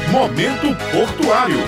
Momento Portuário.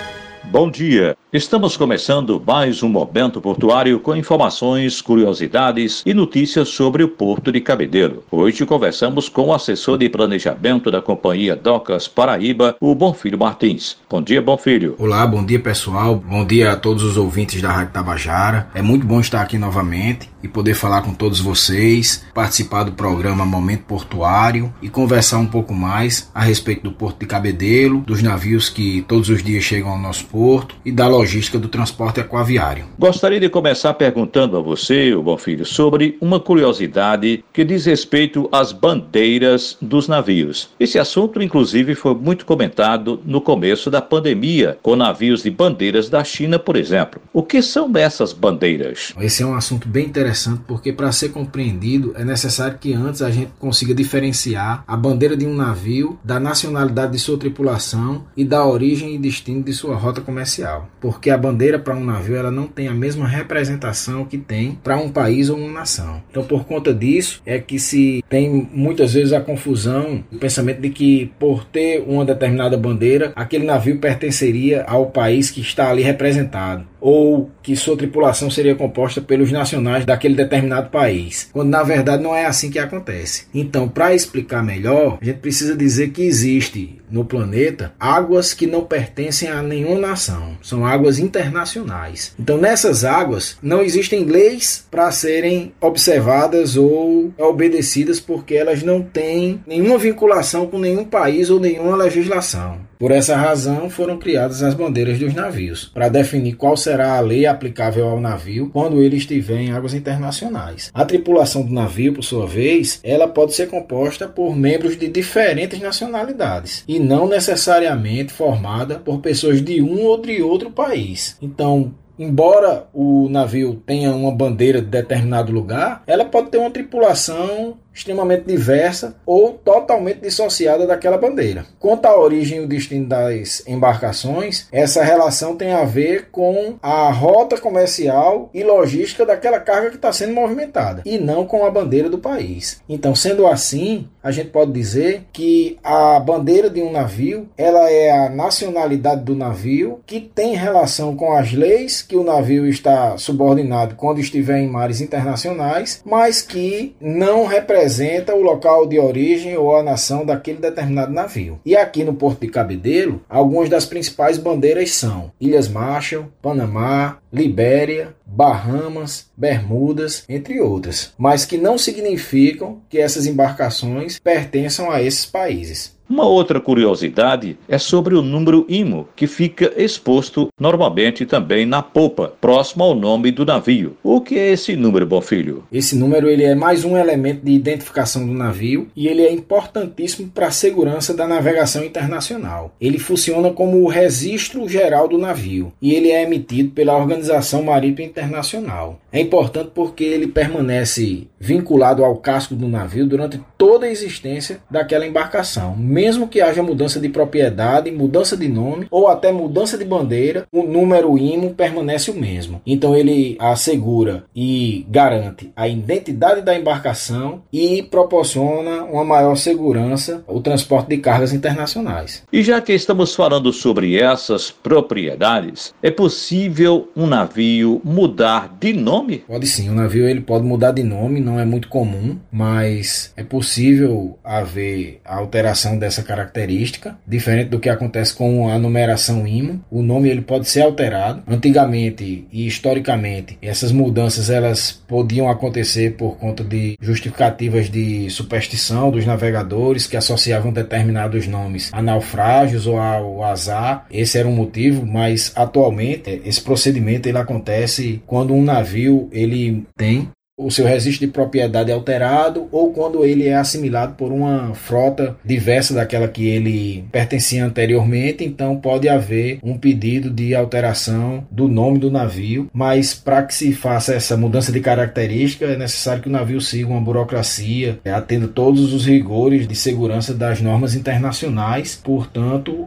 Bom dia, estamos começando mais um Momento Portuário com informações, curiosidades e notícias sobre o Porto de Cabedelo. Hoje conversamos com o assessor de planejamento da Companhia Docas Paraíba, o Bonfilho Martins. Bom dia, Bonfilho. Olá, bom dia pessoal, bom dia a todos os ouvintes da Rádio Tabajara. É muito bom estar aqui novamente e poder falar com todos vocês, participar do programa Momento Portuário e conversar um pouco mais a respeito do Porto de Cabedelo, dos navios que todos os dias chegam ao nosso porto e da logística do transporte aquaviário. Gostaria de começar perguntando a você, o Bonfilho, sobre uma curiosidade que diz respeito às bandeiras dos navios. Esse assunto, inclusive, foi muito comentado no começo da pandemia, com navios de bandeiras da China, por exemplo. O que são essas bandeiras? Esse é um assunto bem interessante porque, para ser compreendido, é necessário que antes a gente consiga diferenciar a bandeira de um navio da nacionalidade de sua tripulação e da origem e destino de sua rota comercial, porque a bandeira para um navio ela não tem a mesma representação que tem para um país ou uma nação. Então, por conta disso, é que se tem muitas vezes a confusão, o pensamento de que por ter uma determinada bandeira, aquele navio pertenceria ao país que está ali representado, ou que sua tripulação seria composta pelos nacionais daquele determinado país, quando na verdade não é assim que acontece. Então, para explicar melhor, a gente precisa dizer que existe no planeta águas que não pertencem a nenhuma nação, são águas internacionais. Então, nessas águas não existem leis para serem observadas ou obedecidas, porque elas não têm nenhuma vinculação com nenhum país ou nenhuma legislação. Por essa razão, foram criadas as bandeiras dos navios, para definir qual será a lei aplicável ao navio quando ele estiver em águas internacionais. A tripulação do navio, por sua vez, ela pode ser composta por membros de diferentes nacionalidades e não necessariamente formada por pessoas de um ou de outro país. Então, embora o navio tenha uma bandeira de determinado lugar, ela pode ter uma tripulação extremamente diversa ou totalmente dissociada daquela bandeira. Quanto à origem e o destino das embarcações, essa relação tem a ver com a rota comercial e logística daquela carga que está sendo movimentada, e não com a bandeira do país. Então, sendo assim, a gente pode dizer que a bandeira de um navio, ela é a nacionalidade do navio, que tem relação com as leis que o navio está subordinado quando estiver em mares internacionais, mas que não representa o local de origem ou a nação daquele determinado navio. E aqui no Porto de Cabedelo, algumas das principais bandeiras são Ilhas Marshall, Panamá, Libéria, Bahamas, Bermudas, entre outras, mas que não significam que essas embarcações pertençam a esses países. Uma outra curiosidade é sobre o número IMO, que fica exposto normalmente também na popa, próximo ao nome do navio. O que é esse número, Bonfilho? Esse número ele é mais um elemento de identificação do navio e ele é importantíssimo para a segurança da navegação internacional. Ele funciona como o registro geral do navio e ele é emitido pela Organização Marítima Internacional. É importante porque ele permanece vinculado ao casco do navio durante toda a existência daquela embarcação. Mesmo que haja mudança de propriedade, mudança de nome ou até mudança de bandeira, o número IMO permanece o mesmo. Então ele assegura e garante a identidade da embarcação e proporciona uma maior segurança ao transporte de cargas internacionais. E já que estamos falando sobre essas propriedades, é possível um navio mudar de nome? Pode sim, o navio ele pode mudar de nome, não é muito comum, mas é possível haver a alteração dessa característica, diferente do que acontece com a numeração IMO. O nome ele pode ser alterado. Antigamente e historicamente, essas mudanças elas podiam acontecer por conta de justificativas de superstição dos navegadores que associavam determinados nomes a naufrágios ou ao azar. Esse era um motivo, mas atualmente esse procedimento ele acontece quando um navio ele tem o seu registro de propriedade alterado ou quando ele é assimilado por uma frota diversa daquela que ele pertencia anteriormente, então pode haver um pedido de alteração do nome do navio, mas para que se faça essa mudança de característica é necessário que o navio siga uma burocracia, atenda todos os rigores de segurança das normas internacionais, portanto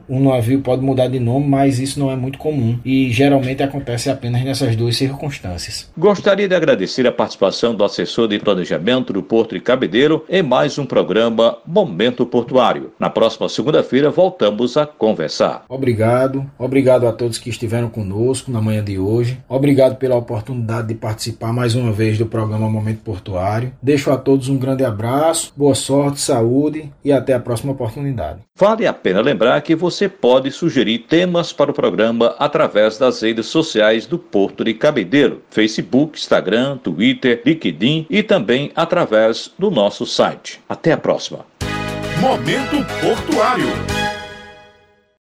o navio pode mudar de nome, mas isso não é muito comum e geralmente acontece apenas nessas duas circunstâncias. Gostaria de agradecer a participação do assessor de planejamento do Porto de Cabedelo em mais um programa Momento Portuário. Na próxima segunda-feira voltamos a conversar. Obrigado a todos que estiveram conosco na manhã de hoje. Obrigado pela oportunidade de participar mais uma vez do programa Momento Portuário. Deixo a todos um grande abraço, boa sorte, saúde e até a próxima oportunidade. Vale a pena lembrar que você pode sugerir temas para o programa através das redes sociais do Porto de Cabedelo, Facebook, Instagram, Twitter, LinkedIn e também através do nosso site. Até a próxima. Momento Portuário.